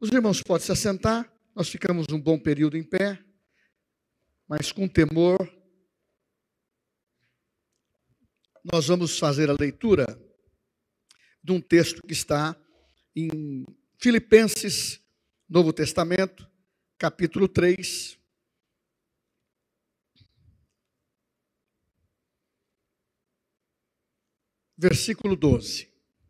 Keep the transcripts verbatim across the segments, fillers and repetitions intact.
Os irmãos podem se assentar, nós ficamos um bom período em pé, mas com temor. Nós vamos fazer a leitura de um texto que está em Filipenses, Novo Testamento, capítulo três. Versículo doze.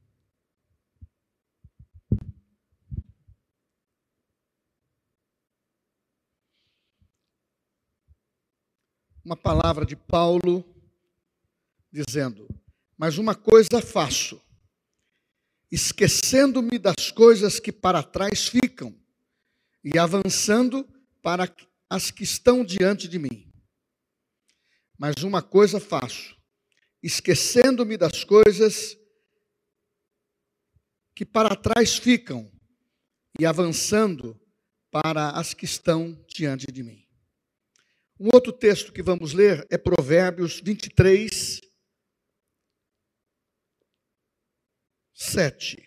Uma palavra de Paulo dizendo: mas uma coisa faço, esquecendo-me das coisas que para trás ficam e avançando para as que estão diante de mim. Mas uma coisa faço, esquecendo-me das coisas que para trás ficam e avançando para as que estão diante de mim. Um outro texto que vamos ler é Provérbios vinte e três, sete.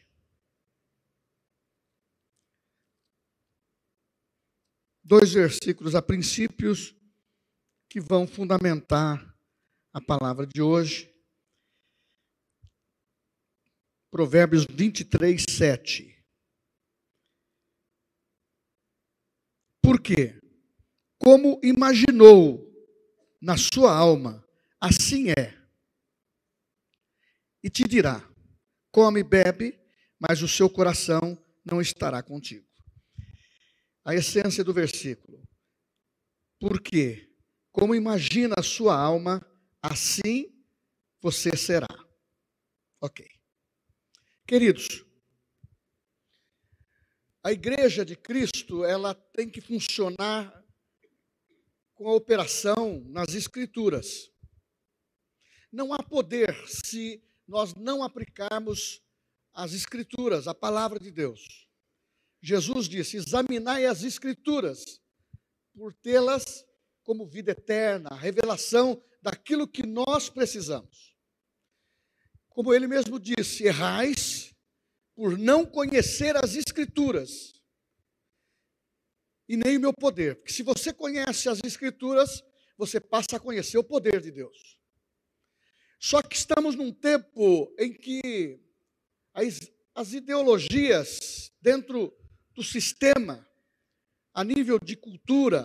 Dois versículos a princípios que vão fundamentar a palavra de hoje. Provérbios vinte e três, sete. Por quê? Como imaginou na sua alma, assim é. E te dirá: come e bebe, mas o seu coração não estará contigo. A essência do versículo. Porque, como imagina a sua alma, assim você será. Ok. Queridos, a igreja de Cristo, ela tem que funcionar com a operação nas Escrituras. Não há poder se nós não aplicarmos as Escrituras, a palavra de Deus. Jesus disse: examinai as Escrituras, por tê-las como vida eterna, a revelação daquilo que nós precisamos. Como ele mesmo disse: errais por não conhecer as Escrituras e nem o meu poder. Porque se você conhece as Escrituras, você passa a conhecer o poder de Deus. Só que estamos num tempo em que as, as ideologias dentro do sistema, a nível de cultura,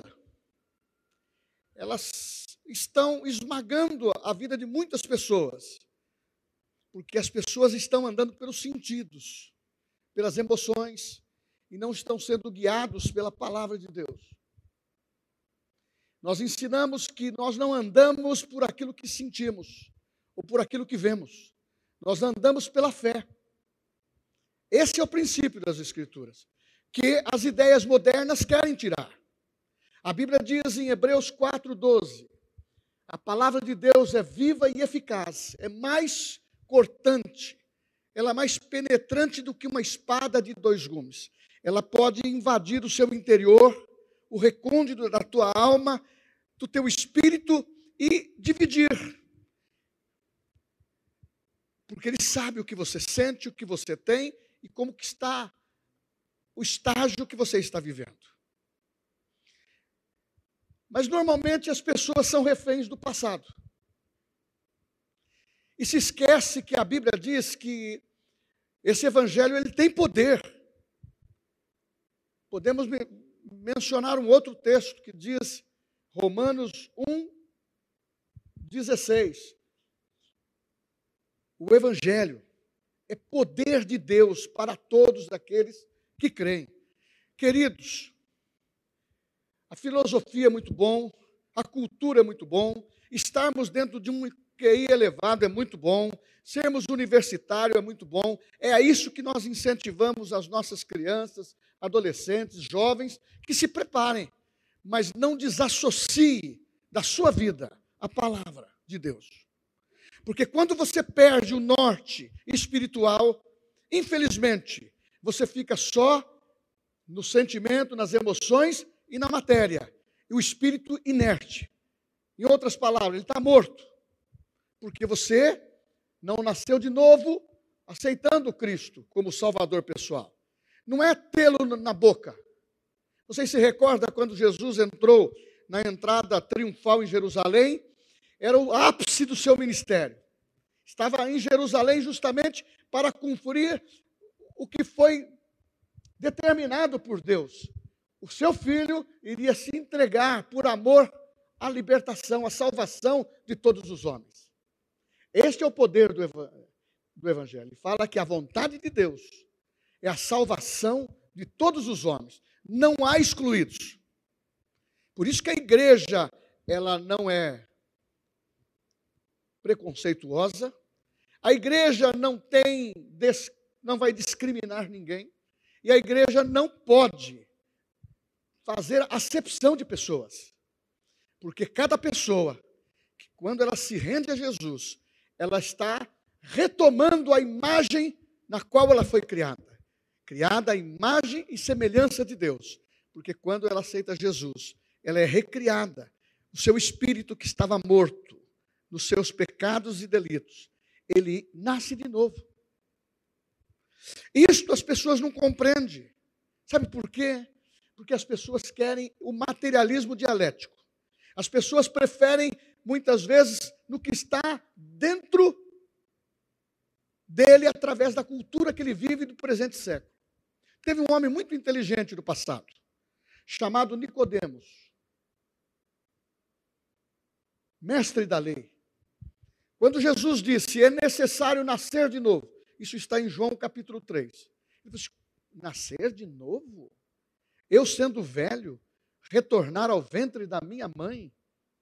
elas estão esmagando a vida de muitas pessoas. Porque as pessoas estão andando pelos sentidos, pelas emoções, e não estão sendo guiados pela palavra de Deus. Nós ensinamos que nós não andamos por aquilo que sentimos, ou por aquilo que vemos. Nós andamos pela fé. Esse é o princípio das Escrituras, que as ideias modernas querem tirar. A Bíblia diz em Hebreus quatro, doze, a palavra de Deus é viva e eficaz, é mais cortante, ela é mais penetrante do que uma espada de dois gumes. Ela pode invadir o seu interior, o recôndito da tua alma, do teu espírito e dividir. Porque ele sabe o que você sente, o que você tem e como que está o estágio que você está vivendo. Mas normalmente as pessoas são reféns do passado. E se esquece que a Bíblia diz que esse evangelho ele tem poder. Podemos mencionar um outro texto que diz, Romanos um, dezesseis. O evangelho é poder de Deus para todos aqueles que creem. Queridos, a filosofia é muito bom, a cultura é muito bom, estarmos dentro de um Q I elevado é muito bom, sermos universitário é muito bom, é a isso que nós incentivamos as nossas crianças, adolescentes, jovens, que se preparem, mas não desassocie da sua vida a palavra de Deus. Porque quando você perde o norte espiritual, infelizmente, você fica só no sentimento, nas emoções e na matéria. E o espírito inerte. Em outras palavras, ele está morto. Porque você não nasceu de novo aceitando Cristo como Salvador pessoal. não é tê-lo na boca. Vocês se recordam quando Jesus entrou na entrada triunfal em Jerusalém? Era o ápice do seu ministério. Estava em Jerusalém justamente para cumprir o que foi determinado por Deus. O seu filho iria se entregar por amor à libertação, à salvação de todos os homens. Este é o poder do Evangelho. Fala que a vontade de Deus é a salvação de todos os homens. Não há excluídos. Por isso que a igreja, ela não é preconceituosa. A igreja não tem, não vai discriminar ninguém. E a igreja não pode fazer acepção de pessoas. Porque cada pessoa, quando ela se rende a Jesus, ela está retomando a imagem na qual ela foi criada. Criada à imagem e semelhança de Deus. Porque quando ela aceita Jesus, ela é recriada. O seu espírito que estava morto nos seus pecados e delitos, ele nasce de novo. Isto as pessoas não compreendem. Sabe por quê? Porque as pessoas querem o materialismo dialético. As pessoas preferem, muitas vezes, no que está dentro dele, através da cultura que ele vive do presente século. Teve um homem muito inteligente do passado, chamado Nicodemos, mestre da lei. Quando Jesus disse, é necessário nascer de novo, isso está em João capítulo três. Ele disse, nascer de novo? Eu sendo velho, retornar ao ventre da minha mãe?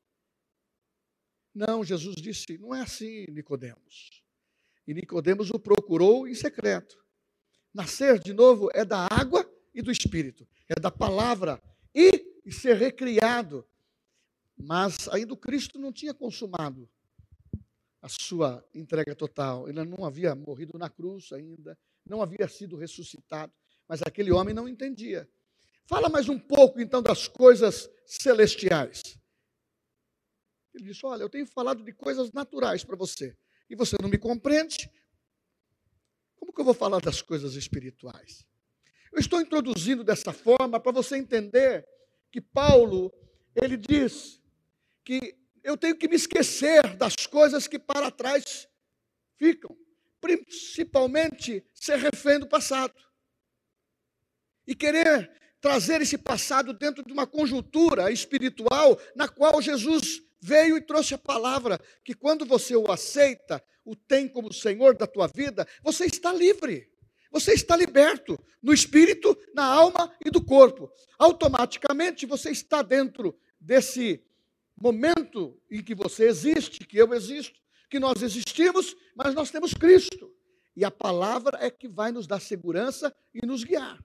Não, Jesus disse, não é assim, Nicodemos. E Nicodemos o procurou em secreto. Nascer de novo é da água e do Espírito, é da palavra e, e ser recriado. Mas ainda o Cristo não tinha consumado a sua entrega total. Ele não havia morrido na cruz ainda, não havia sido ressuscitado, mas aquele homem não entendia. Fala mais um pouco, então, das coisas celestiais. Ele disse, olha, eu tenho falado de coisas naturais para você, e você não me compreende? Como que eu vou falar das coisas espirituais? Eu estou introduzindo dessa forma para você entender que Paulo, ele diz que eu tenho que me esquecer das coisas que para trás ficam, principalmente ser refém do passado. E querer trazer esse passado dentro de uma conjuntura espiritual na qual Jesus veio e trouxe a palavra, que quando você o aceita, o tem como Senhor da tua vida, você está livre, você está liberto, no espírito, na alma e do corpo. Automaticamente você está dentro desse momento em que você existe, que eu existo, que nós existimos, mas nós temos Cristo. E a palavra é que vai nos dar segurança e nos guiar.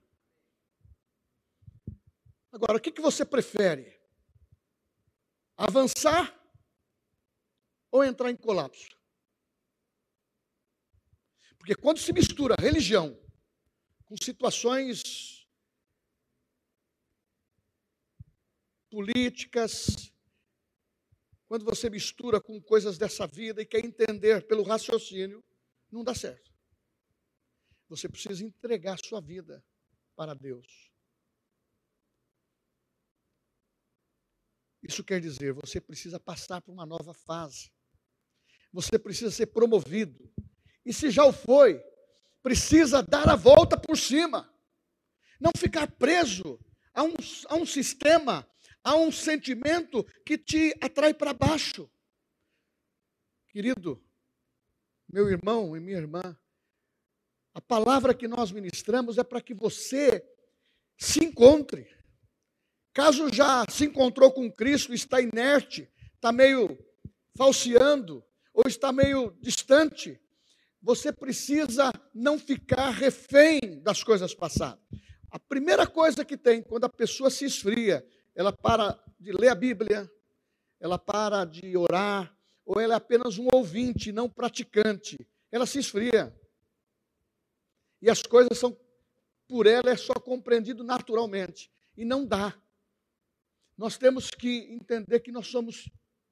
Agora, o que, que você prefere? Avançar ou entrar em colapso? Porque quando se mistura religião com situações políticas, quando você mistura com coisas dessa vida e quer entender pelo raciocínio, não dá certo. Você precisa entregar sua vida para Deus. Isso quer dizer, você precisa passar por uma nova fase. Você precisa ser promovido. E se já o foi, precisa dar a volta por cima. Não ficar preso a um, a um sistema, a um sentimento que te atrai para baixo. Querido, meu irmão e minha irmã, a palavra que nós ministramos é para que você se encontre. Caso já se encontrou com Cristo, está inerte, está meio falseando, ou está meio distante, você precisa não ficar refém das coisas passadas. A primeira coisa que tem, quando a pessoa se esfria, ela para de ler a Bíblia, ela para de orar, ou ela é apenas um ouvinte, não praticante. Ela se esfria. E as coisas são, por ela, é só compreendido naturalmente. E não dá. Nós temos que entender que nós somos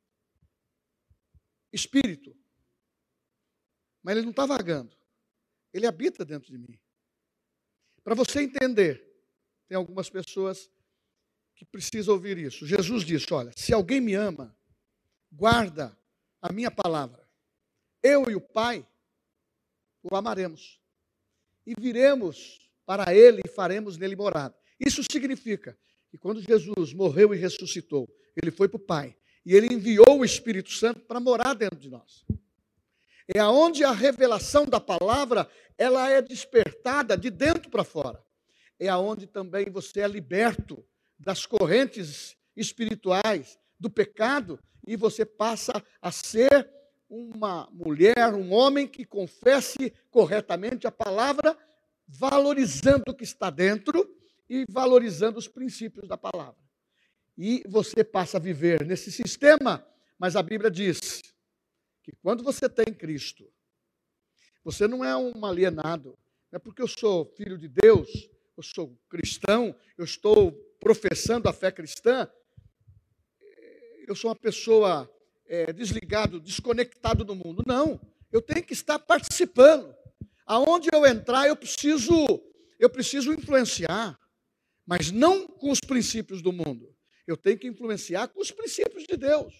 espírito. Mas ele não está vagando. Ele habita dentro de mim. Para você entender, tem algumas pessoas que precisam ouvir isso. Jesus disse, olha, se alguém me ama, guarda a minha palavra. Eu e o Pai o amaremos. E viremos para ele e faremos nele morada. Isso significa que quando Jesus morreu e ressuscitou, ele foi para o Pai. E ele enviou o Espírito Santo para morar dentro de nós. É aonde a revelação da palavra, ela é despertada de dentro para fora. É aonde também você é liberto das correntes espirituais, do pecado, e você passa a ser uma mulher, um homem que confesse corretamente a palavra, valorizando o que está dentro e valorizando os princípios da palavra. E você passa a viver nesse sistema, mas a Bíblia diz que quando você tem Cristo, você não é um alienado, não é porque eu sou filho de Deus, eu sou cristão, eu estou professando a fé cristã, eu sou uma pessoa é, desligado, desconectado do mundo. Não, eu tenho que estar participando. Aonde eu entrar, eu preciso, eu preciso influenciar, mas não com os princípios do mundo. Eu tenho que influenciar com os princípios de Deus.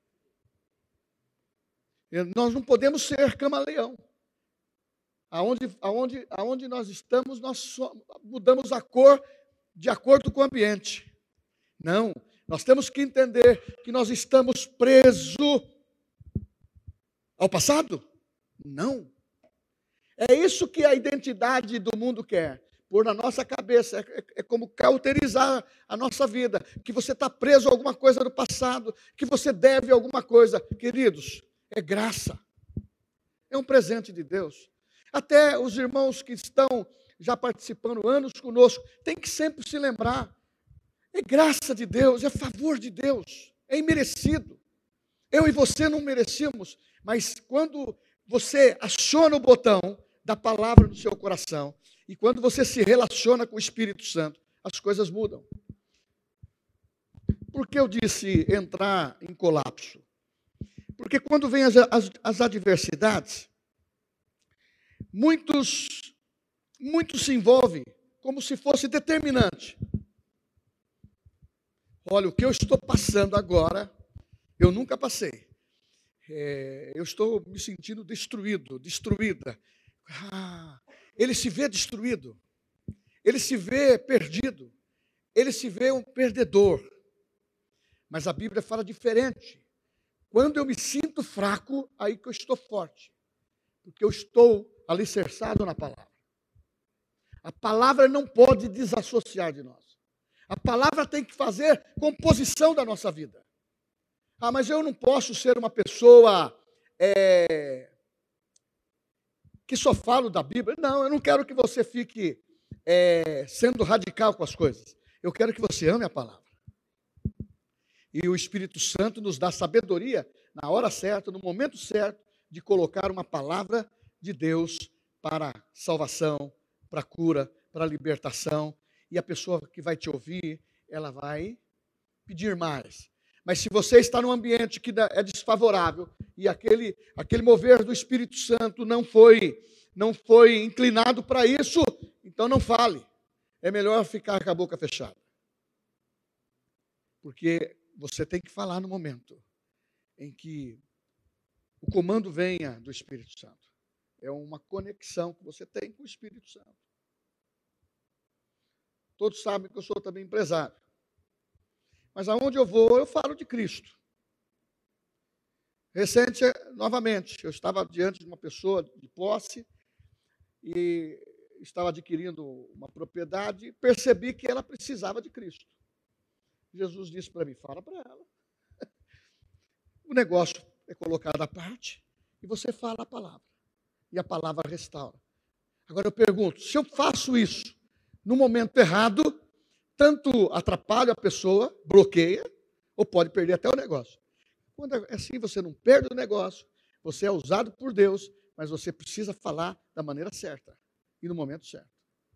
Nós não podemos ser camaleão. Aonde, aonde, aonde nós estamos, nós só mudamos a cor de acordo com o ambiente. Não, nós temos que entender que nós estamos presos ao passado? Não. É isso que a identidade do mundo quer. Pôr na nossa cabeça, é, é como cauterizar a nossa vida, que você está preso a alguma coisa do passado, que você deve alguma coisa. Queridos, é graça. É um presente de Deus. Até os irmãos que estão já participando anos conosco, tem que sempre se lembrar, é graça de Deus, é favor de Deus, é imerecido. Eu e você não merecemos, mas quando você aciona o botão da palavra no seu coração, e quando você se relaciona com o Espírito Santo, as coisas mudam. Por que eu disse entrar em colapso? Porque quando vem as, as, as adversidades, muitos, muitos se envolvem como se fosse determinante. Olha, o que eu estou passando agora, eu nunca passei. É, eu estou me sentindo destruído, destruída. Ah, ele se vê destruído, ele se vê perdido, ele se vê um perdedor. Mas a Bíblia fala diferente. Quando eu me sinto fraco, aí que eu estou forte, porque eu estou alicerçado na palavra. A palavra não pode desassociar de nós. A palavra tem que fazer composição da nossa vida. Ah, mas eu não posso ser uma pessoa é, que só falo da Bíblia. Não, eu não quero que você fique é, sendo radical com as coisas. Eu quero que você ame a palavra. E o Espírito Santo nos dá sabedoria na hora certa, no momento certo, de colocar uma palavra de Deus para salvação, para cura, para libertação. E a pessoa que vai te ouvir, ela vai pedir mais. Mas se você está num ambiente que é desfavorável e aquele, aquele mover do Espírito Santo não foi, não foi inclinado para isso, então não fale. É melhor ficar com a boca fechada. Porque você tem que falar no momento em que o comando venha do Espírito Santo. É uma conexão que você tem com o Espírito Santo. Todos sabem que eu sou também empresário. Mas aonde eu vou, eu falo de Cristo. Recente, novamente, eu estava diante de uma pessoa de posse e estava adquirindo uma propriedade e percebi que ela precisava de Cristo. Jesus disse para mim, fala para ela. O negócio é colocado à parte e você fala a palavra. E a palavra restaura. Agora eu pergunto, se eu faço isso no momento errado, tanto atrapalha a pessoa, bloqueia, ou pode perder até o negócio. Quando é assim, você não perde o negócio, você é usado por Deus, mas você precisa falar da maneira certa e no momento certo.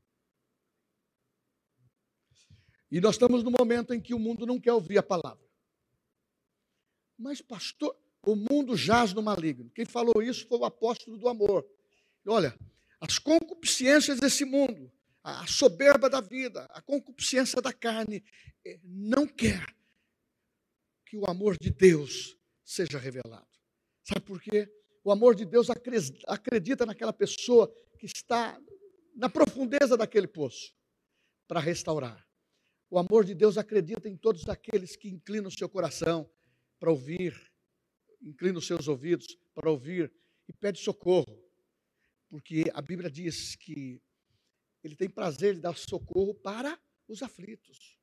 E nós estamos no momento em que o mundo não quer ouvir a palavra. Mas, pastor, o mundo jaz no maligno. Quem falou isso foi o apóstolo do amor. Olha, as concupiscências desse mundo, a soberba da vida, a concupiscência da carne, não quer que o amor de Deus seja revelado. Sabe por quê? O amor de Deus acredita naquela pessoa que está na profundeza daquele poço para restaurar. O amor de Deus acredita em todos aqueles que inclinam o seu coração para ouvir, inclinam os seus ouvidos para ouvir e pede socorro. Porque a Bíblia diz que Ele tem prazer de dar socorro para os aflitos.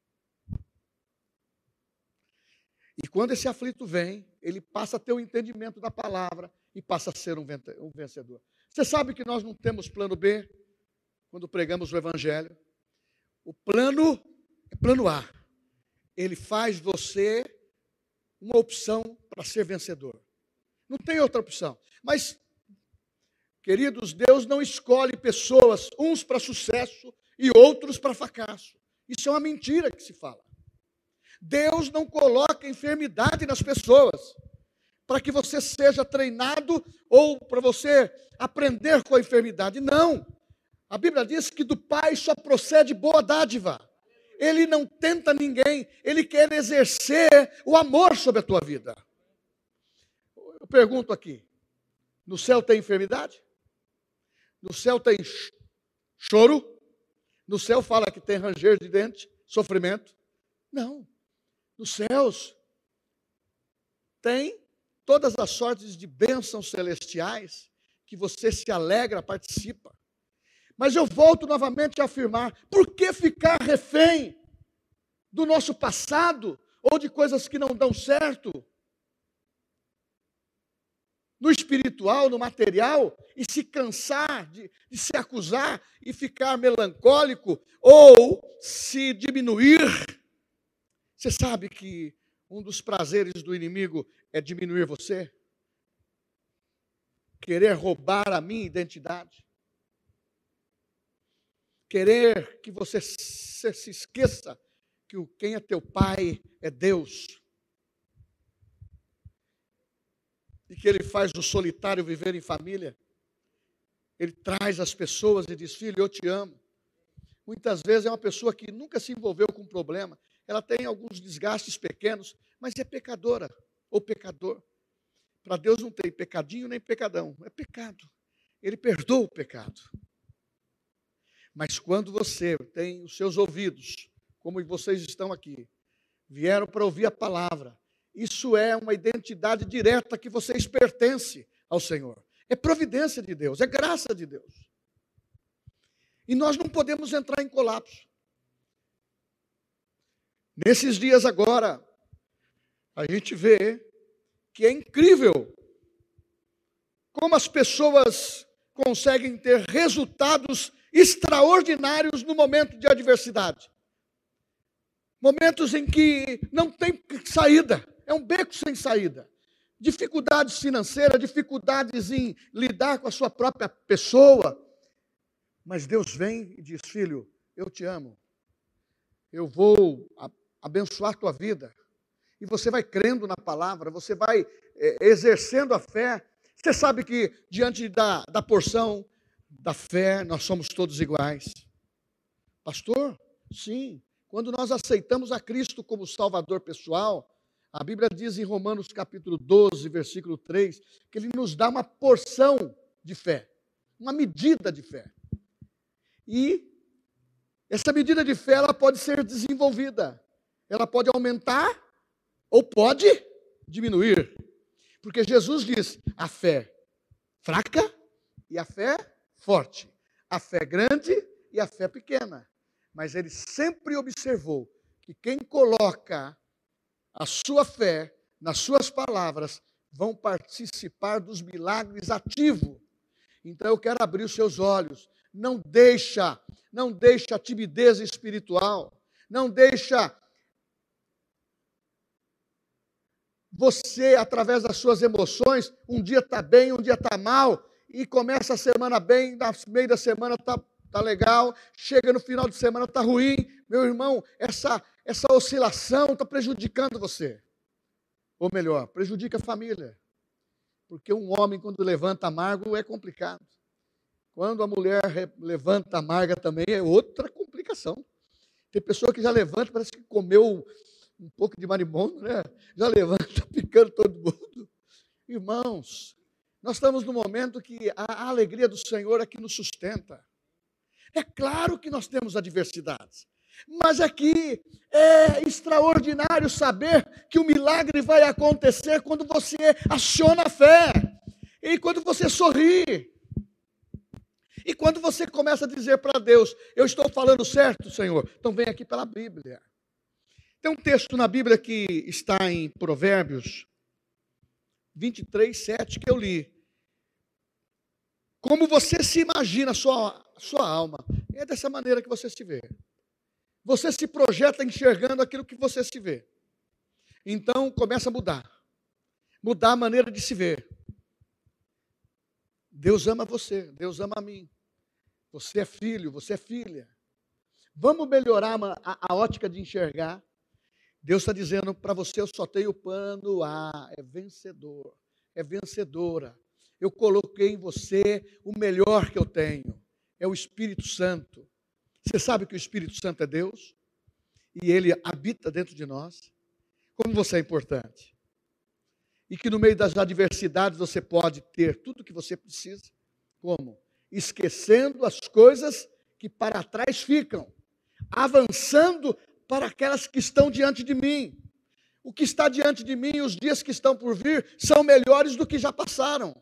E quando esse aflito vem, ele passa a ter o entendimento da palavra e passa a ser um vencedor. Você sabe que nós não temos plano B quando pregamos o Evangelho. O plano é plano A. Ele faz você uma opção para ser vencedor. Não tem outra opção. Mas, queridos, Deus não escolhe pessoas, uns para sucesso e outros para fracasso. Isso é uma mentira que se fala. Deus não coloca enfermidade nas pessoas para que você seja treinado ou para você aprender com a enfermidade. Não. A Bíblia diz que do Pai só procede boa dádiva. Ele não tenta ninguém, Ele quer exercer o amor sobre a tua vida. Eu pergunto aqui, no céu tem enfermidade? No céu tem choro? No céu fala que tem ranger de dente, sofrimento? Não. Nos céus tem todas as sortes de bênçãos celestiais que você se alegra, participa. Mas eu volto novamente a afirmar, por que ficar refém do nosso passado ou de coisas que não dão certo? No espiritual, no material, e se cansar de, de se acusar e ficar melancólico ou se diminuir. Você sabe que um dos prazeres do inimigo é diminuir você? Querer roubar a minha identidade? Querer que você se esqueça que quem é teu pai é Deus. E que Ele faz o solitário viver em família. Ele traz as pessoas e diz, filho, eu te amo. Muitas vezes é uma pessoa que nunca se envolveu com problema. Ela tem alguns desgastes pequenos, mas é pecadora ou pecador. Para Deus não tem pecadinho nem pecadão, é pecado. Ele perdoa o pecado. Mas quando você tem os seus ouvidos, como vocês estão aqui, vieram para ouvir a palavra, isso é uma identidade direta que vocês pertencem ao Senhor. É providência de Deus, é graça de Deus. E nós não podemos entrar em colapso. Nesses dias agora, a gente vê que é incrível como as pessoas conseguem ter resultados extraordinários no momento de adversidade. Momentos em que não tem saída, é um beco sem saída. Dificuldades financeiras, dificuldades em lidar com a sua própria pessoa. Mas Deus vem e diz, filho, eu te amo. Eu vou abençoar tua vida. E você vai crendo na palavra, você vai é, exercendo a fé. Você sabe que diante da, da porção da fé, nós somos todos iguais. Pastor, sim. Quando nós aceitamos a Cristo como Salvador pessoal, a Bíblia diz em Romanos capítulo doze, versículo três, que Ele nos dá uma porção de fé, uma medida de fé. E essa medida de fé, ela pode ser desenvolvida. Ela pode aumentar ou pode diminuir. Porque Jesus diz, a fé fraca e a fé forte. A fé grande e a fé pequena. Mas Ele sempre observou que quem coloca a sua fé nas suas palavras vão participar dos milagres ativos. Então eu quero abrir os seus olhos. Não deixa, não deixa a timidez espiritual. Não deixa você, através das suas emoções, um dia está bem, um dia está mal, e começa a semana bem, no meio da semana está tá legal, chega no final de semana está ruim. Meu irmão, essa, essa oscilação está prejudicando você. Ou melhor, prejudica a família. Porque um homem, quando levanta amargo, é complicado. Quando a mulher levanta amarga também, é outra complicação. Tem pessoa que já levanta, parece que comeu um pouco de marimbondo, né? Já levanta picando todo mundo. Irmãos, nós estamos num momento que a alegria do Senhor é que nos sustenta. É claro que nós temos adversidades, mas aqui é extraordinário saber que o milagre vai acontecer quando você aciona a fé, e quando você sorri, e quando você começa a dizer para Deus: eu estou falando certo, Senhor? Então vem aqui pela Bíblia. Tem um texto na Bíblia que está em Provérbios vinte e três, sete, que eu li. Como você se imagina a sua, sua alma, é dessa maneira que você se vê. Você se projeta enxergando aquilo que você se vê. Então começa a mudar. Mudar a maneira de se ver. Deus ama você, Deus ama a mim. Você é filho, você é filha. Vamos melhorar a, a ótica de enxergar. Deus está dizendo para você: eu só tenho plano A, é vencedor, é vencedora. Eu coloquei em você o melhor que eu tenho, é o Espírito Santo. Você sabe que o Espírito Santo é Deus? E Ele habita dentro de nós? Como você é importante. E que no meio das adversidades você pode ter tudo o que você precisa. Como? Esquecendo as coisas que para trás ficam, avançando para aquelas que estão diante de mim. O que está diante de mim e os dias que estão por vir são melhores do que já passaram.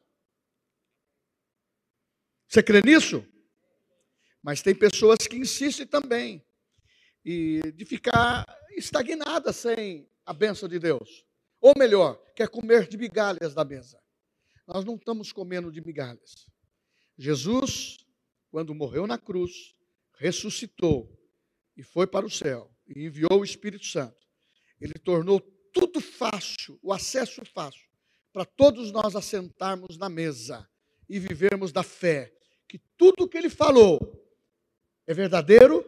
Você crê nisso? Mas tem pessoas que insistem também e de ficar estagnada sem a bênção de Deus. Ou melhor, quer comer de migalhas da mesa. Nós não estamos comendo de migalhas. Jesus, quando morreu na cruz, ressuscitou e foi para o céu e enviou o Espírito Santo. Ele tornou tudo fácil, o acesso fácil, para todos nós assentarmos na mesa e vivermos da fé, que tudo o que Ele falou é verdadeiro,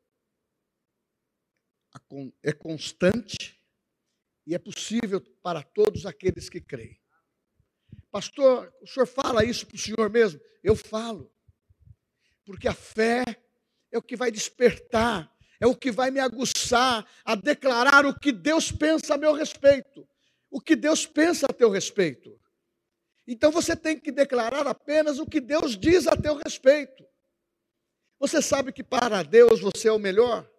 é constante e é possível para todos aqueles que creem. Pastor, o senhor fala isso para o senhor mesmo? Eu falo, porque a fé é o que vai despertar, é o que vai me aguçar a declarar o que Deus pensa a meu respeito, o que Deus pensa a teu respeito. Então você tem que declarar apenas o que Deus diz a teu respeito. Você sabe que para Deus você é o melhor?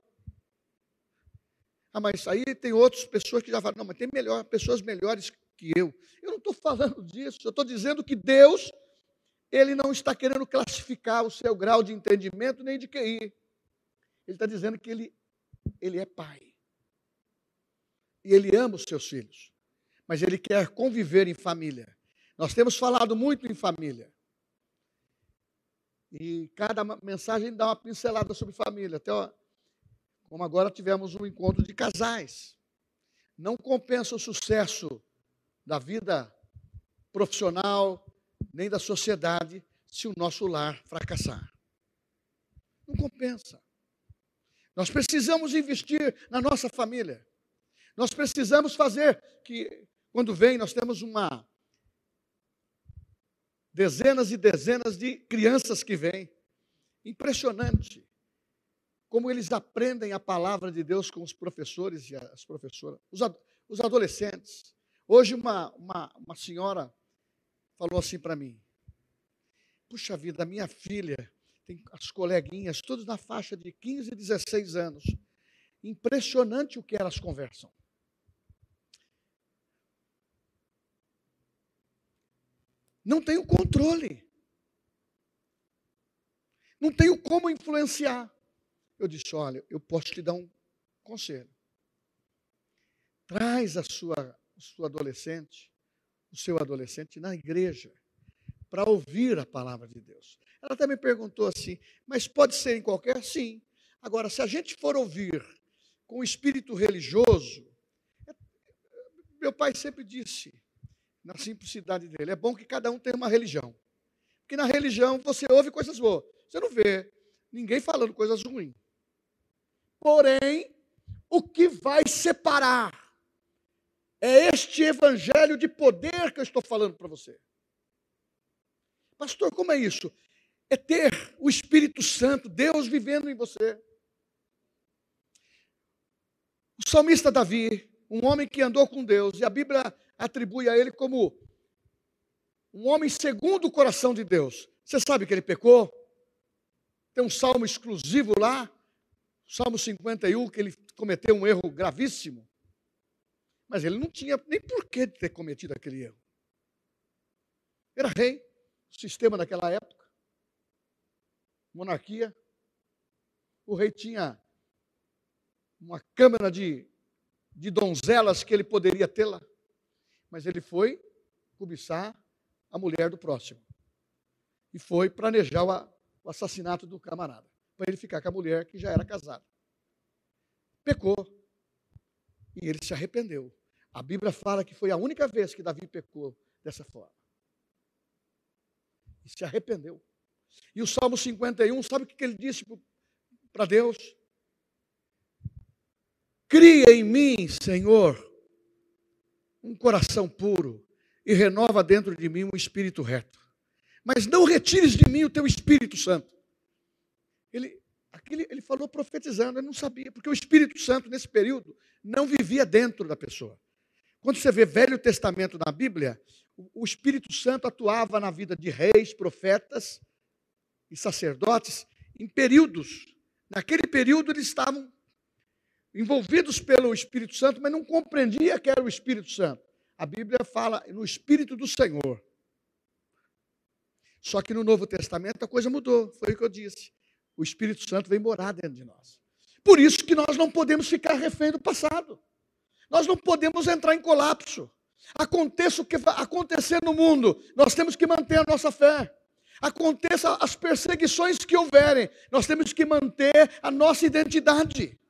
Ah, mas aí tem outras pessoas que já falam: não, mas tem melhor, pessoas melhores que eu. Eu não estou falando disso, eu estou dizendo que Deus, Ele não está querendo classificar o seu grau de entendimento nem de Q I. Ele está dizendo que ele, ele é pai. E Ele ama os seus filhos. Mas Ele quer conviver em família. Nós temos falado muito em família. E cada mensagem dá uma pincelada sobre família. Até, ó, como agora tivemos um encontro de casais. Não compensa o sucesso da vida profissional, nem da sociedade, se o nosso lar fracassar. Não compensa. Nós precisamos investir na nossa família. Nós precisamos fazer que, quando vem, nós temos uma dezenas e dezenas de crianças que vêm. Impressionante como eles aprendem a palavra de Deus com os professores e as professoras, os, ad, os adolescentes. Hoje uma, uma, uma senhora falou assim para mim: puxa vida, a minha filha tem as coleguinhas, todos na faixa de quinze, dezesseis anos. Impressionante o que elas conversam. Não tenho controle. Não tenho como influenciar. Eu disse: olha, eu posso te dar um conselho. Traz a sua, a sua adolescente, o seu adolescente na igreja, para ouvir a palavra de Deus. Ela até me perguntou assim: mas pode ser em qualquer? Sim. Agora, se a gente for ouvir com o espírito religioso, meu pai sempre disse, na simplicidade dele, é bom que cada um tenha uma religião. Porque na religião você ouve coisas boas, você não vê ninguém falando coisas ruins. Porém, o que vai separar é este evangelho de poder que eu estou falando para você. Pastor, como é isso? é ter o Espírito Santo, Deus vivendo em você. O salmista Davi, um homem que andou com Deus, e a Bíblia atribui a ele como um homem segundo o coração de Deus. Você sabe que ele pecou? Tem um salmo exclusivo lá, Salmo cinquenta e um, que ele cometeu um erro gravíssimo. Mas ele não tinha nem porquê de ter cometido aquele erro. Era rei, sistema daquela época, monarquia. O rei tinha uma câmara de, de donzelas que ele poderia tê-la, mas ele foi cobiçar a mulher do próximo. E foi planejar o, o assassinato do camarada, para ele ficar com a mulher que já era casada. Pecou. E ele se arrependeu. A Bíblia fala que foi a única vez que Davi pecou dessa forma. E se arrependeu. E o Salmo cinquenta e um, sabe o que ele disse para Deus? Cria em mim, Senhor, um coração puro e renova dentro de mim um espírito reto. Mas não retires de mim o teu Espírito Santo. Ele, aquele, ele falou profetizando, ele não sabia, porque o Espírito Santo, nesse período, não vivia dentro da pessoa. Quando você vê Velho Testamento na Bíblia, o, o Espírito Santo atuava na vida de reis, profetas e sacerdotes em períodos. Naquele período eles estavam envolvidos pelo Espírito Santo, mas não compreendia que era o Espírito Santo. A Bíblia fala no Espírito do Senhor. Só que no Novo Testamento a coisa mudou, foi o que eu disse. O Espírito Santo vem morar dentro de nós. Por isso que nós não podemos ficar refém do passado. Nós não podemos entrar em colapso. Aconteça o que acontecer no mundo, nós temos que manter a nossa fé. Aconteça as perseguições que houverem, nós temos que manter a nossa identidade.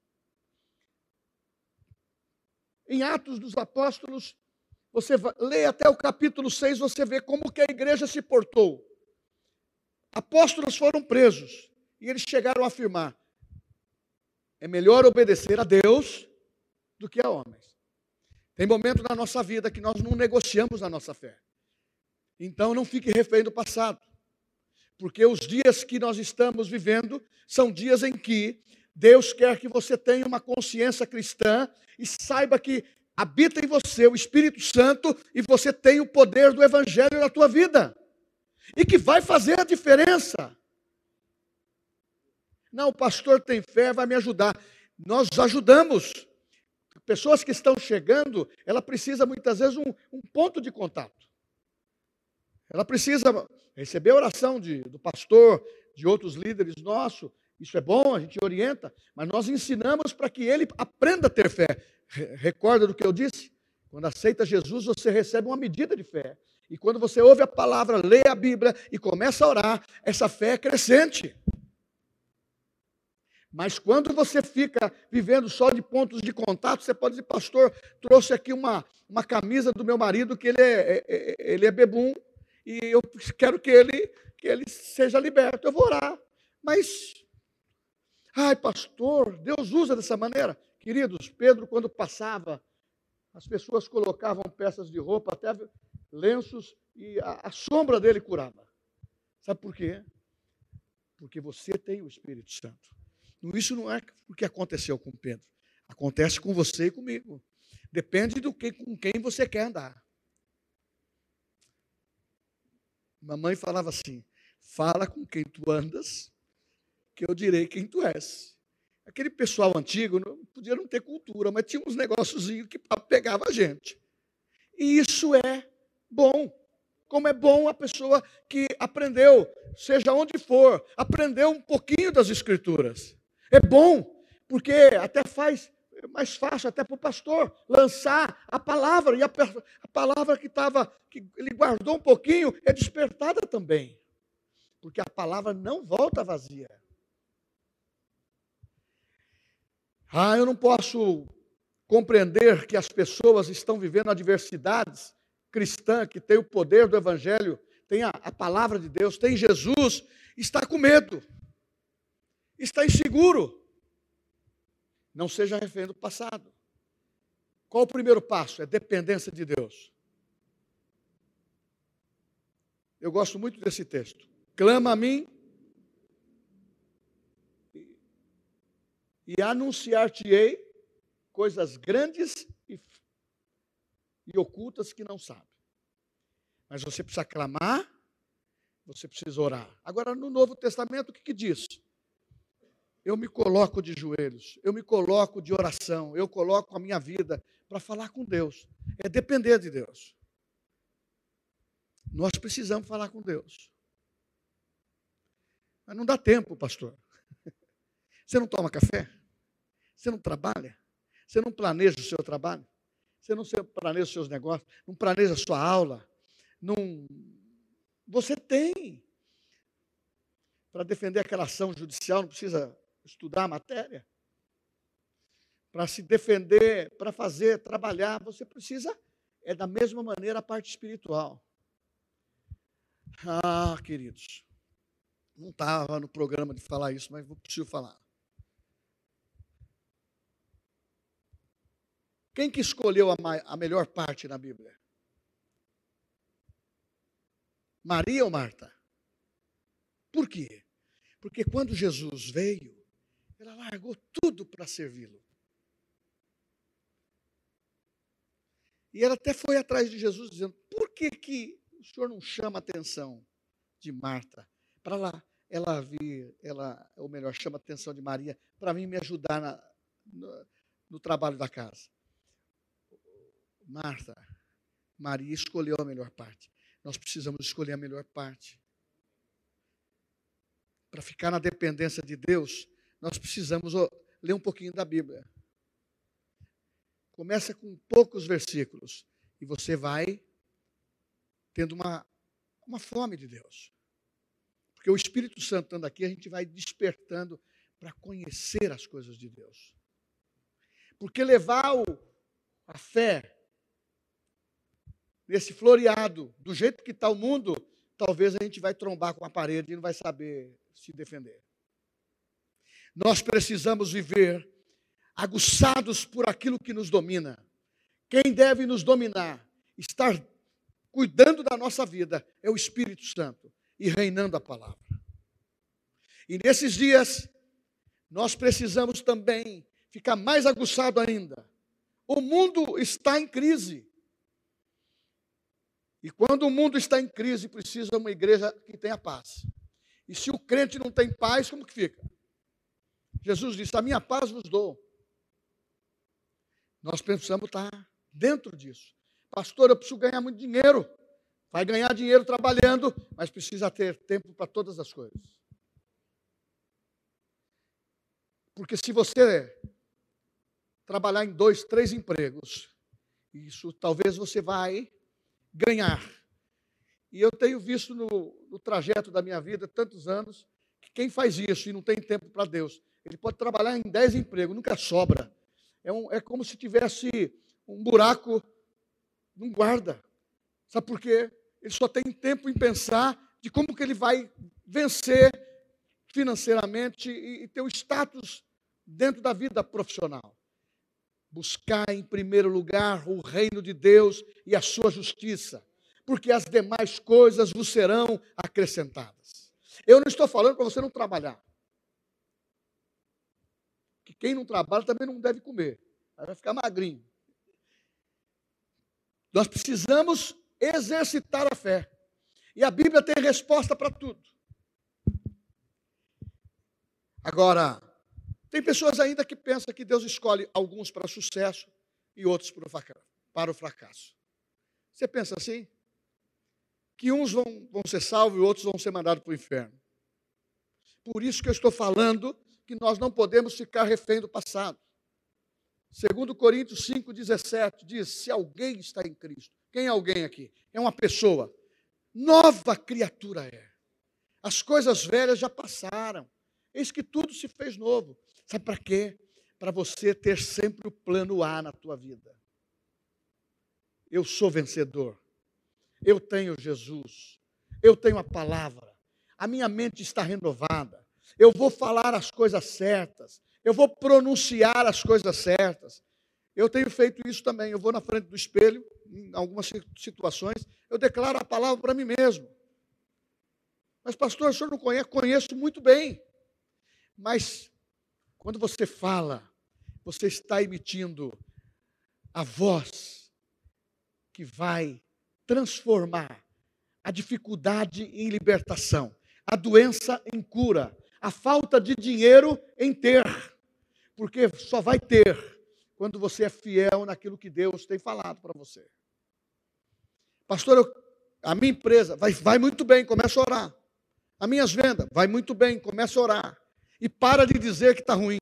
Em Atos dos Apóstolos, você lê até o capítulo seis, você vê como que a igreja se portou. Apóstolos foram presos, e eles chegaram a afirmar, é melhor obedecer a Deus do que a homens. Tem momentos na nossa vida que nós não negociamos a nossa fé. Então não fique refém do passado. Porque os dias que nós estamos vivendo são dias em que Deus quer que você tenha uma consciência cristã e saiba que habita em você o Espírito Santo e você tem o poder do Evangelho na tua vida. E que vai fazer a diferença. Não, o pastor tem fé, vai me ajudar. Nós ajudamos. Pessoas que estão chegando, ela precisa muitas vezes um, um ponto de contato. Ela precisa receber a oração de, do pastor, de outros líderes nossos. Isso é bom, a gente orienta, mas nós ensinamos para que ele aprenda a ter fé. Recorda do que eu disse? Quando aceita Jesus, você recebe uma medida de fé. E quando você ouve a palavra, lê a Bíblia e começa a orar, essa fé é crescente. Mas quando você fica vivendo só de pontos de contato, você pode dizer, pastor, trouxe aqui uma, uma camisa do meu marido, que ele é, é, ele é bebum, e eu quero que ele, que ele seja liberto. Eu vou orar. Mas, ai pastor, Deus usa dessa maneira. Queridos, Pedro quando passava, as pessoas colocavam peças de roupa, até lenços, e a, a sombra dele curava. Sabe por quê? Porque você tem o Espírito Santo. Isso não é o que aconteceu com Pedro. Acontece com você e comigo. Depende do que, com quem você quer andar. Mamãe falava assim, fala com quem tu andas, que eu direi quem tu és. Aquele pessoal antigo não, podia não ter cultura, mas tinha uns negóciozinhos que pegava a gente. E isso é bom. Como é bom a pessoa que aprendeu, seja onde for, aprendeu um pouquinho das Escrituras. É bom, porque até faz mais fácil até para o pastor lançar a palavra, e a, a palavra que estava, que ele guardou um pouquinho, é despertada também. Porque a palavra não volta vazia. Ah, eu não posso compreender que as pessoas estão vivendo adversidades cristãs, que tem o poder do Evangelho, tem a, a palavra de Deus, tem Jesus, está com medo. Está inseguro. Não seja refém do passado. Qual o primeiro passo? É dependência de Deus. Eu gosto muito desse texto. clama a mim e anunciar-te-ei coisas grandes e, e ocultas que não sabe. Mas você precisa clamar, você precisa orar. Agora, no Novo Testamento, o que, que diz? Eu me coloco de joelhos, eu me coloco de oração, eu coloco a minha vida para falar com Deus. É depender de Deus. Nós precisamos falar com Deus. Mas não dá tempo, pastor. Você não toma café? Você não trabalha? Você não planeja o seu trabalho? Você não planeja os seus negócios? Não planeja a sua aula? Não... Você tem. Para defender aquela ação judicial, não precisa estudar a matéria. Para se defender, para fazer, trabalhar, você precisa, é da mesma maneira a parte espiritual. Ah, queridos, não estava no programa de falar isso, mas vou preciso falar. Quem que escolheu a, a melhor parte na Bíblia? Maria ou Marta? Por quê? Porque quando Jesus veio, ela largou tudo para servi-lo. E ela até foi atrás de Jesus, dizendo, por que, que o senhor não chama a atenção de Marta? Para lá, ela vir, ela, ou melhor, chama a atenção de Maria, para mim me ajudar na, no, no trabalho da casa. Marta, Maria escolheu a melhor parte. Nós precisamos escolher a melhor parte. Para ficar na dependência de Deus, nós precisamos ó, ler um pouquinho da Bíblia. Começa com poucos versículos e você vai tendo uma, uma fome de Deus. Porque o Espírito Santo estando aqui, a gente vai despertando para conhecer as coisas de Deus. Porque levar o, a fé nesse floreado, do jeito que está o mundo, talvez a gente vai trombar com a parede e não vai saber se defender. Nós precisamos viver aguçados por aquilo que nos domina. Quem deve nos dominar, estar cuidando da nossa vida, é o Espírito Santo e reinando a palavra. E nesses dias, nós precisamos também ficar mais aguçado ainda. O mundo está em crise. E quando o mundo está em crise, precisa uma igreja que tenha paz. E se o crente não tem paz, como que fica? Jesus disse, a minha paz vos dou. Nós precisamos estar dentro disso. Pastor, eu preciso ganhar muito dinheiro. Vai ganhar dinheiro trabalhando, mas precisa ter tempo para todas as coisas. Porque se você trabalhar em dois, três empregos, isso talvez você vai ganhar. E eu tenho visto no, no trajeto da minha vida, tantos anos, que quem faz isso e não tem tempo para Deus, ele pode trabalhar em dez empregos, nunca sobra. É, um, é como se tivesse um buraco num guarda. Sabe por quê? Ele só tem tempo em pensar de como que ele vai vencer financeiramente e, e ter o status dentro da vida profissional. Buscar em primeiro lugar o reino de Deus e a sua justiça, porque as demais coisas vos serão acrescentadas. Eu não estou falando para você não trabalhar. Que quem não trabalha também não deve comer. Aí vai ficar magrinho. Nós precisamos exercitar a fé. E a Bíblia tem resposta para tudo. Agora, tem pessoas ainda que pensam que Deus escolhe alguns para sucesso e outros para o fracasso. Você pensa assim? Que uns vão, vão ser salvos e outros vão ser mandados para o inferno. Por isso que eu estou falando que nós não podemos ficar refém do passado. Segundo Coríntios cinco, dezessete, diz, se alguém está em Cristo, quem é alguém aqui? É uma pessoa. Nova criatura é. As coisas velhas já passaram. Eis que tudo se fez novo. Sabe para quê? Para você ter sempre o plano A na tua vida. Eu sou vencedor. Eu tenho Jesus. Eu tenho a palavra. A minha mente está renovada. Eu vou falar as coisas certas. Eu vou pronunciar as coisas certas. Eu tenho feito isso também. Eu vou na frente do espelho, em algumas situações, eu declaro a palavra para mim mesmo. Mas, pastor, o senhor não conhece? Conheço muito bem. Mas, quando você fala, você está emitindo a voz que vai transformar a dificuldade em libertação, a doença em cura, a falta de dinheiro em ter, porque só vai ter quando você é fiel naquilo que Deus tem falado para você. Pastor, eu, a minha empresa vai, vai muito bem, começa a orar. As minhas vendas, vai muito bem, começa a orar. E para de dizer que está ruim.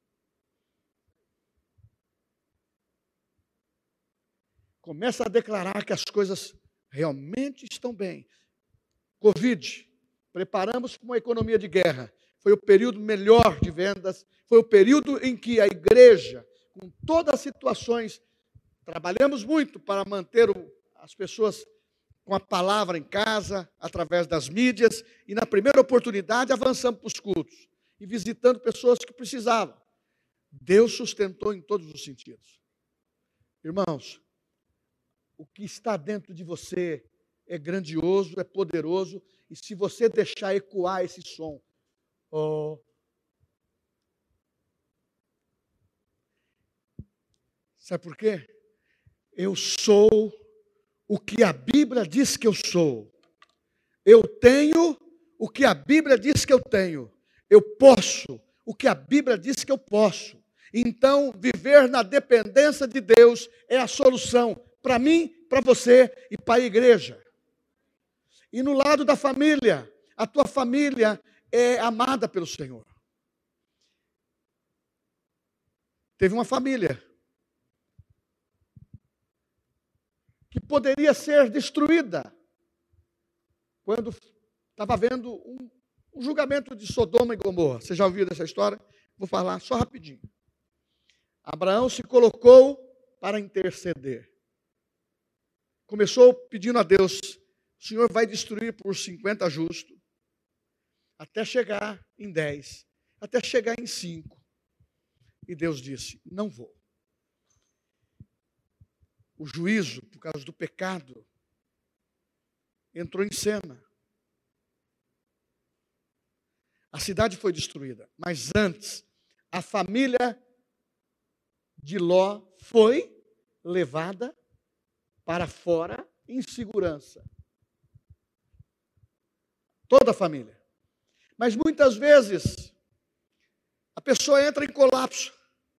Começa a declarar que as coisas realmente estão bem. Covid, preparamos para uma economia de guerra. Foi o período melhor de vendas. Foi o período em que a igreja, com todas as situações, trabalhamos muito para manter o, as pessoas com a palavra em casa, através das mídias, e na primeira oportunidade avançamos para os cultos, e visitando pessoas que precisavam. Deus sustentou em todos os sentidos. Irmãos, o que está dentro de você é grandioso, é poderoso, e se você deixar ecoar esse som, oh, sabe por quê? Eu sou o que a Bíblia diz que eu sou. Eu tenho o que a Bíblia diz que eu tenho. Eu posso o que a Bíblia diz que eu posso. Então, viver na dependência de Deus é a solução para mim, para você e para a igreja. E no lado da família, a tua família é amada pelo Senhor. Teve uma família que poderia ser destruída quando estava havendo um, um julgamento de Sodoma e Gomorra. Você já ouviu dessa história? Vou falar só rapidinho. Abraão se colocou para interceder. Começou pedindo a Deus, o Senhor vai destruir por cinquenta justos, até chegar em dez, até chegar em cinco. E Deus disse, não vou. O juízo, por causa do pecado, entrou em cena. A cidade foi destruída. Mas antes, a família de Ló foi levada para fora em segurança. Toda a família. Mas muitas vezes, a pessoa entra em colapso.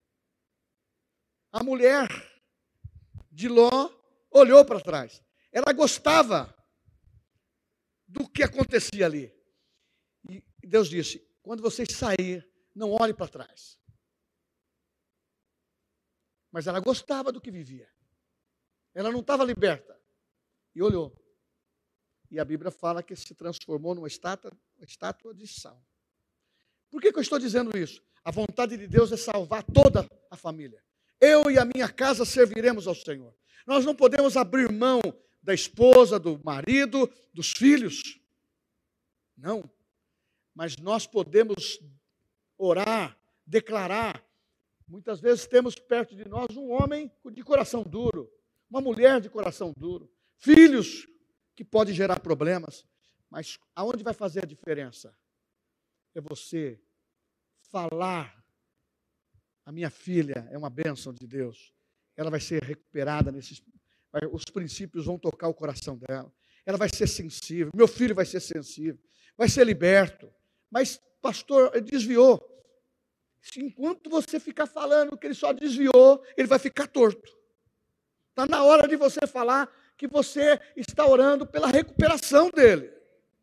A mulher de Ló olhou para trás. Ela gostava do que acontecia ali. E Deus disse, quando vocês saírem, não olhe para trás. Mas ela gostava do que vivia. Ela não estava liberta. E olhou. E a Bíblia fala que se transformou numa estátua, uma estátua de sal. Por que que eu estou dizendo isso? A vontade de Deus é salvar toda a família. Eu e a minha casa serviremos ao Senhor. Nós não podemos abrir mão da esposa, do marido, dos filhos. Não. Mas nós podemos orar, declarar. Muitas vezes temos perto de nós um homem de coração duro, uma mulher de coração duro, filhos que podem gerar problemas. Mas aonde vai fazer a diferença? É você falar. A minha filha é uma bênção de Deus. Ela vai ser recuperada nesses... Os princípios vão tocar o coração dela. Ela vai ser sensível. Meu filho vai ser sensível. Vai ser liberto. Mas, pastor, ele desviou. Enquanto você ficar falando que ele só desviou, ele vai ficar torto. Está na hora de você falar que você está orando pela recuperação dele.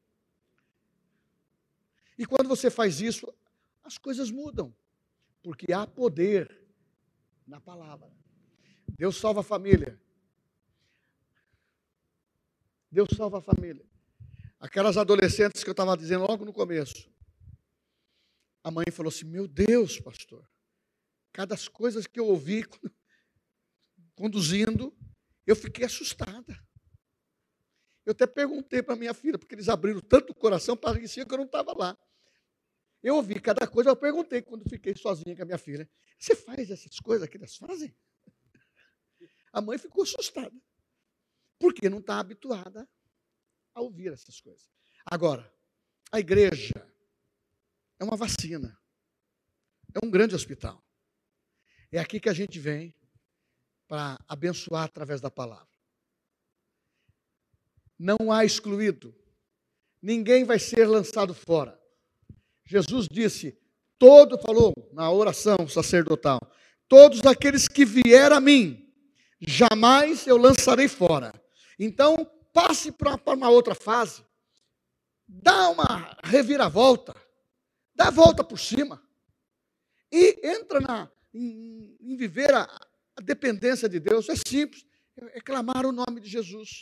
E quando você faz isso, as coisas mudam. Porque há poder na palavra. Deus salva a família. Deus salva a família. Aquelas adolescentes que eu estava dizendo logo no começo. A mãe falou assim, meu Deus, pastor, cada das coisas que eu ouvi conduzindo, eu fiquei assustada. Eu até perguntei para minha filha, porque eles abriram tanto o coração, parecia que eu não estava lá. Eu ouvi cada coisa, eu perguntei quando fiquei sozinha com a minha filha, você faz essas coisas que elas fazem? A mãe ficou assustada, porque não está habituada a ouvir essas coisas. Agora, A igreja é uma vacina, é um grande hospital. É aqui que a gente vem para abençoar através da palavra. Não há excluído, ninguém vai ser lançado fora. Jesus disse, todo, falou na oração sacerdotal, todos aqueles que vierem a mim, jamais eu lançarei fora. Então, passe para uma outra fase, dá uma reviravolta, dá a volta por cima, e entra na, em, em viver a, a dependência de Deus. É simples, é clamar o nome de Jesus.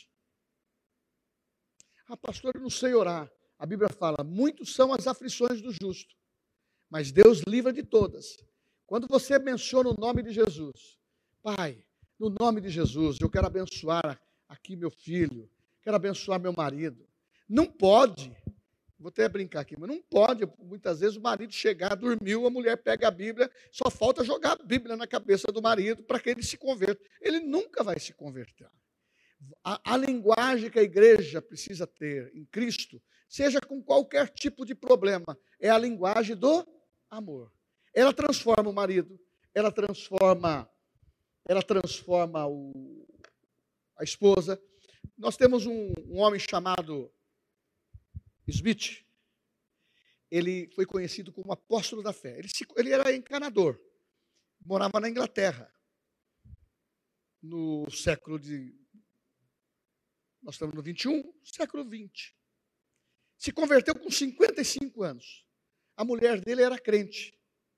Ah, pastor, eu não sei orar. A Bíblia fala, muitos são as aflições do justo, mas Deus livra de todas. Quando você menciona o nome de Jesus, Pai, no nome de Jesus, eu quero abençoar aqui meu filho, quero abençoar meu marido. Não pode, vou até brincar aqui, mas não pode, muitas vezes o marido chegar, dormiu, a mulher pega a Bíblia, só falta jogar a Bíblia na cabeça do marido para que ele se converta. Ele nunca vai se converter. A, a linguagem que a igreja precisa ter em Cristo, seja com qualquer tipo de problema, é a linguagem do amor. Ela transforma o marido, ela transforma, ela transforma o, a esposa. Nós temos um, um homem chamado Smith. Ele foi conhecido como apóstolo da fé. Ele, se, ele era encanador, morava na Inglaterra, no século de... Nós estamos no vinte e um, século vinte. Se converteu com cinquenta e cinco anos. A mulher dele era crente.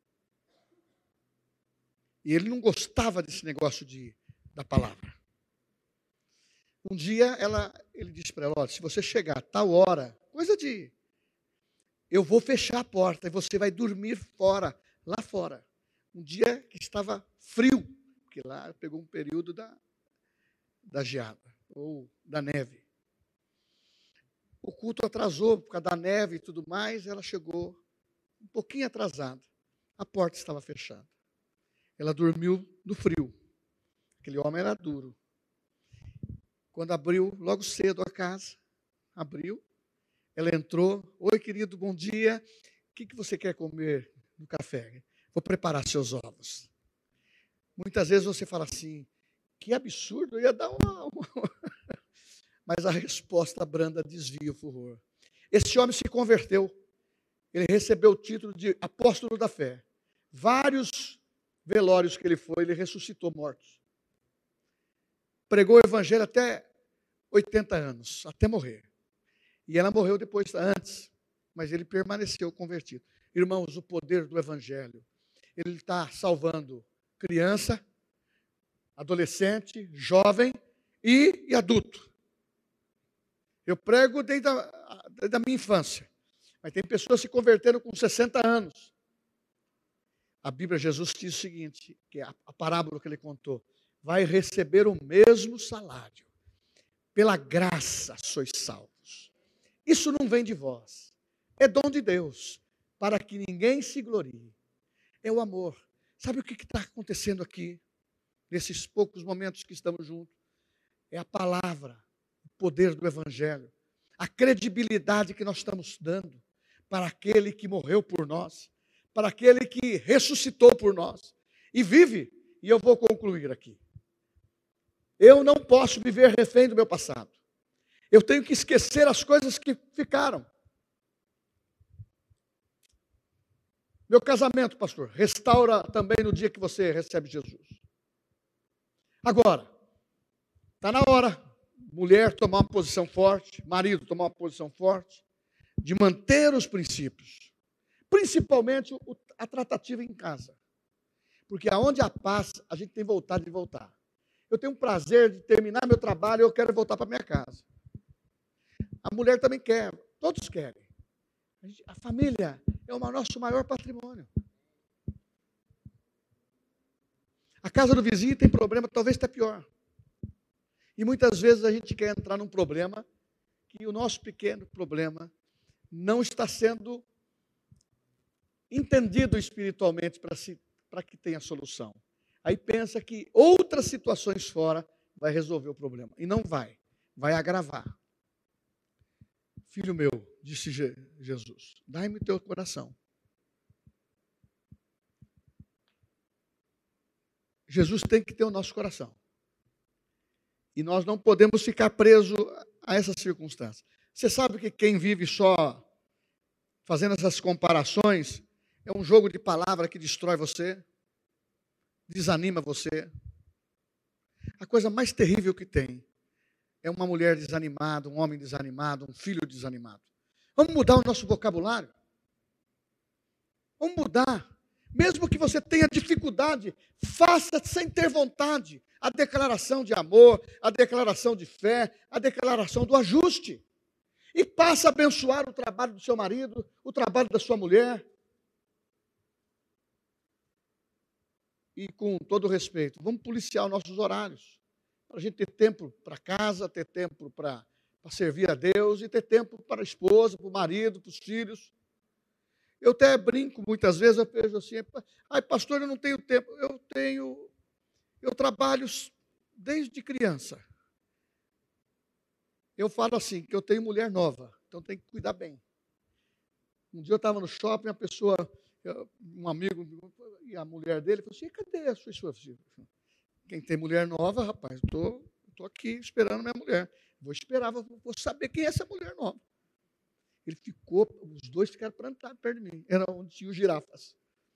E ele não gostava desse negócio de, da palavra. Um dia ela, ele disse para ela, olha, se você chegar a tal hora, coisa de, eu vou fechar a porta e você vai dormir fora, lá fora. Um dia que estava frio, porque lá pegou um período da, da geada, ou da neve. O culto atrasou por causa da neve e tudo mais, ela chegou um pouquinho atrasada. A porta estava fechada. Ela dormiu no frio. Aquele homem era duro. Quando abriu, logo cedo a casa, abriu, ela entrou. Oi, querido, bom dia. O que, que você quer comer no café? Vou preparar seus ovos. Muitas vezes você fala assim, que absurdo, eu ia dar uma... uma... Mas a resposta branda desvia o furor. Esse homem se converteu. Ele recebeu o título de apóstolo da fé. Vários velórios que ele foi, ele ressuscitou mortos. Pregou o evangelho até oitenta anos, até morrer. E ela morreu depois, antes, mas ele permaneceu convertido. Irmãos, o poder do evangelho, ele está salvando criança, adolescente, jovem e, e adulto. Eu prego desde a, desde a minha infância, mas tem pessoas se convertendo com sessenta anos. A Bíblia, Jesus diz o seguinte, que é a, a parábola que ele contou, vai receber o mesmo salário. Pela graça sois salvos. Isso não vem de vós, é dom de Deus, para que ninguém se glorie. É o amor. Sabe o que está acontecendo aqui, nesses poucos momentos que estamos juntos? É a palavra, o poder do evangelho, a credibilidade que nós estamos dando para aquele que morreu por nós, para aquele que ressuscitou por nós e vive. E eu vou concluir aqui. Eu não posso viver refém do meu passado. Eu tenho que esquecer as coisas que ficaram. Meu casamento, pastor, restaura também no dia que você recebe Jesus. Agora, está na hora, mulher tomar uma posição forte, marido tomar uma posição forte, de manter os princípios. Principalmente a tratativa em casa. Porque aonde há paz, a gente tem vontade de voltar. Eu tenho um prazer de terminar meu trabalho e eu quero voltar para minha casa. A mulher também quer, todos querem. A, gente, a família é o nosso maior patrimônio. A casa do vizinho tem problema, talvez até pior. E muitas vezes a gente quer entrar num problema que o nosso pequeno problema não está sendo entendido espiritualmente para si, para que tenha solução. Aí pensa que outras situações fora vai resolver o problema. E não vai. Vai agravar. Filho meu, disse Jesus, dai-me o teu coração. Jesus tem que ter o nosso coração. E nós não podemos ficar presos a essa circunstância. Você sabe que quem vive só fazendo essas comparações é um jogo de palavra que destrói você, desanima você. A coisa mais terrível que tem é uma mulher desanimada, um homem desanimado, um filho desanimado. Vamos mudar o nosso vocabulário? Vamos mudar. Mesmo que você tenha dificuldade, faça sem ter vontade a declaração de amor, a declaração de fé, a declaração do ajuste. E passe a abençoar o trabalho do seu marido, o trabalho da sua mulher. E com todo respeito, vamos policiar os nossos horários, para a gente ter tempo para casa, ter tempo para servir a Deus e ter tempo para a esposa, para o marido, para os filhos. Eu até brinco muitas vezes, eu vejo assim, ai pastor, eu não tenho tempo. Eu tenho, eu trabalho desde criança. Eu falo assim, que eu tenho mulher nova, então tem que cuidar bem. Um dia eu estava no shopping, a pessoa, um amigo, e a mulher dele, falou assim, cadê a sua esposa? Quem tem mulher nova, rapaz, estou tô, tô aqui esperando minha mulher. Vou esperar, vou, vou saber quem é essa mulher nova. Ele ficou, os dois ficaram plantados perto de mim. Era onde tinha os girafas.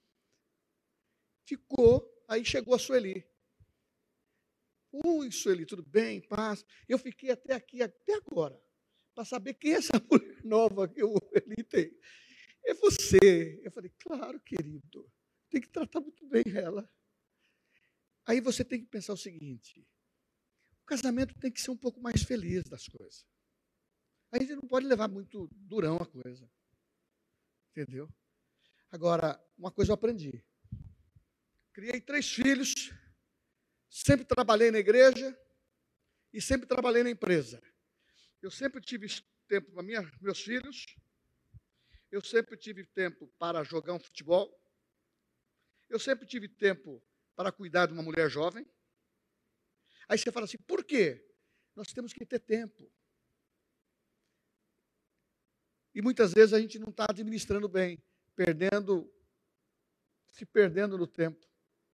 Ficou, aí chegou a Sueli. Ui, Sueli, tudo bem? Paz. Eu fiquei até aqui, até agora, para saber quem é essa mulher nova que o Eli tem. É você. Eu falei, claro, querido. Tem que tratar muito bem ela. Aí você tem que pensar o seguinte, o casamento tem que ser um pouco mais feliz das coisas. A gente não pode levar muito durão a coisa. Entendeu? Agora, uma coisa eu aprendi. Criei três filhos, sempre trabalhei na igreja e sempre trabalhei na empresa. Eu sempre tive tempo para minha, meus filhos, eu sempre tive tempo para jogar um futebol, eu sempre tive tempo para cuidar de uma mulher jovem. Aí você fala assim, por quê? Nós temos que ter tempo. E muitas vezes a gente não está administrando bem, perdendo, se perdendo no tempo.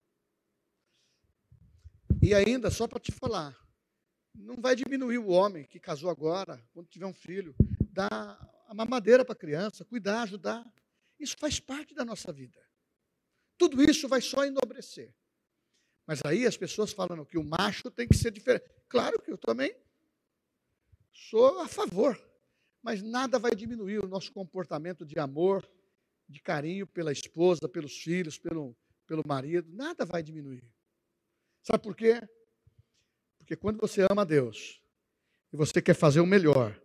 E ainda, só para te falar, não vai diminuir o homem que casou agora, quando tiver um filho, dar a mamadeira para a criança, cuidar, ajudar. Isso faz parte da nossa vida. Tudo isso vai só enobrecer. Mas aí as pessoas falam que o macho tem que ser diferente. Claro que eu também sou a favor. Mas nada vai diminuir o nosso comportamento de amor, de carinho pela esposa, pelos filhos, pelo, pelo marido. Nada vai diminuir. Sabe por quê? Porque quando você ama a Deus e você quer fazer o melhor,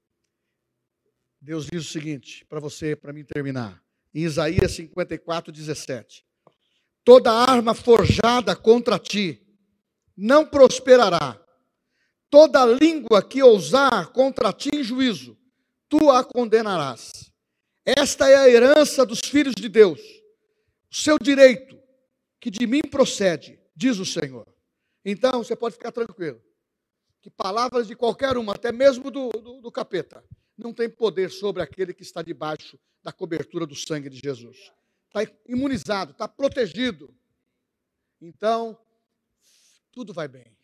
Deus diz o seguinte, para você, para mim terminar, em Isaías cinquenta e quatro, dezessete. Toda arma forjada contra ti não prosperará. Toda língua que ousar contra ti em juízo, tu a condenarás. Esta é a herança dos filhos de Deus, o seu direito, que de mim procede, diz o Senhor. Então, você pode ficar tranquilo, que palavras de qualquer uma, até mesmo do, do, do capeta, não tem poder sobre aquele que está debaixo da cobertura do sangue de Jesus. Está imunizado, está protegido. Então, tudo vai bem.